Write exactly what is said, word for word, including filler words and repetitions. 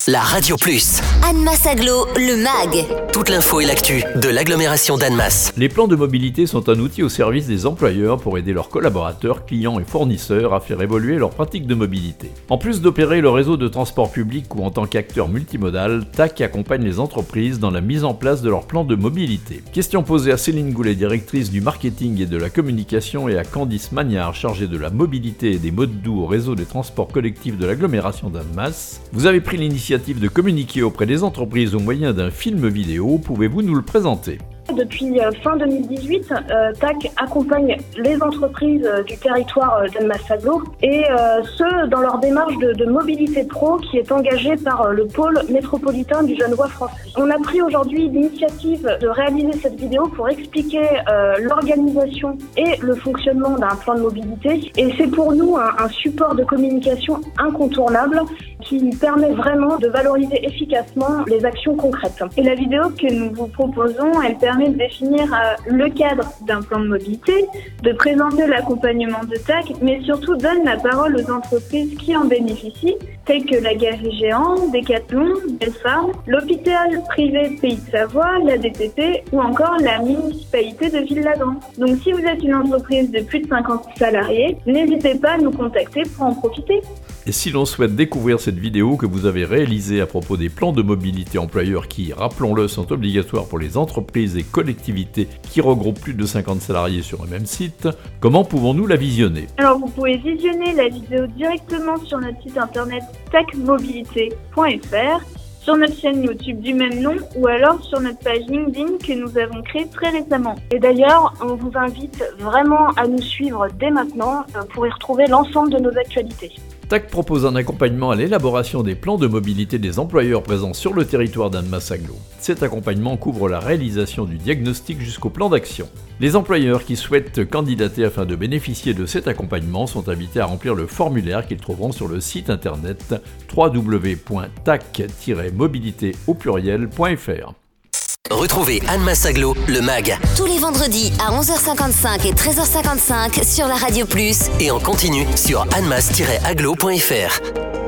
la Radio Plus. Annemasse Agglo, le M A G. Toute l'info et l'actu de l'agglomération d'Annemasse. Les plans de mobilité sont un outil au service des employeurs pour aider leurs collaborateurs, clients et fournisseurs à faire évoluer leurs pratiques de mobilité. En plus d'opérer le réseau de transport public ou en tant qu'acteur multimodal, T A C accompagne les entreprises dans la mise en place de leurs plans de mobilité. Question posée à Céline Goulet, directrice du marketing et de la communication, et à Candice Magnard, chargée de la mobilité et des modes doux au réseau des transports collectifs de l'agglomération d'Annemasse. Vous avez pris l'initiative de communiquer auprès des entreprises au moyen d'un film vidéo. Pouvez-vous nous le présenter ? Depuis fin deux mille dix-huit, euh, T A C accompagne les entreprises euh, du territoire euh, d'Annemasse Agglo et euh, ce, dans leur démarche de, de mobilité pro qui est engagée par euh, le pôle métropolitain du Genevois français. On a pris aujourd'hui l'initiative de réaliser cette vidéo pour expliquer euh, l'organisation et le fonctionnement d'un plan de mobilité, et c'est pour nous un, un support de communication incontournable qui permet vraiment de valoriser efficacement les actions concrètes. Et la vidéo que nous vous proposons, elle permet de définir euh, le cadre d'un plan de mobilité, de présenter l'accompagnement de T A C, mais surtout donne la parole aux entreprises qui en bénéficient, telles que la Galerie Géant, Decathlon, Belfarm, l'hôpital privé Pays de Savoie, la D T P ou encore la municipalité de Ville-Ladran. Donc si vous êtes une entreprise de plus de cinquante salariés, n'hésitez pas à nous contacter pour en profiter. Et si l'on souhaite découvrir cette vidéo que vous avez réalisée à propos des plans de mobilité employeurs qui, rappelons-le, sont obligatoires pour les entreprises et collectivités qui regroupent plus de cinquante salariés sur un même site, comment pouvons-nous la visionner ? Alors vous pouvez visionner la vidéo directement sur notre site internet t a c mobilité point f r, sur notre chaîne YouTube du même nom ou alors sur notre page LinkedIn que nous avons créée très récemment. Et d'ailleurs, on vous invite vraiment à nous suivre dès maintenant pour y retrouver l'ensemble de nos actualités. T A C propose un accompagnement à l'élaboration des plans de mobilité des employeurs présents sur le territoire d'Annemasse Agglo. Cet accompagnement couvre la réalisation du diagnostic jusqu'au plan d'action. Les employeurs qui souhaitent candidater afin de bénéficier de cet accompagnement sont invités à remplir le formulaire qu'ils trouveront sur le site internet w w w point t a c tiret mobilité au pluriel point f r. Retrouvez Annemasse Agglo, le M A G. Tous les vendredis à onze heures cinquante-cinq et treize heures cinquante-cinq sur la Radio Plus. Et en continu sur annemasse tiret agglo point f r.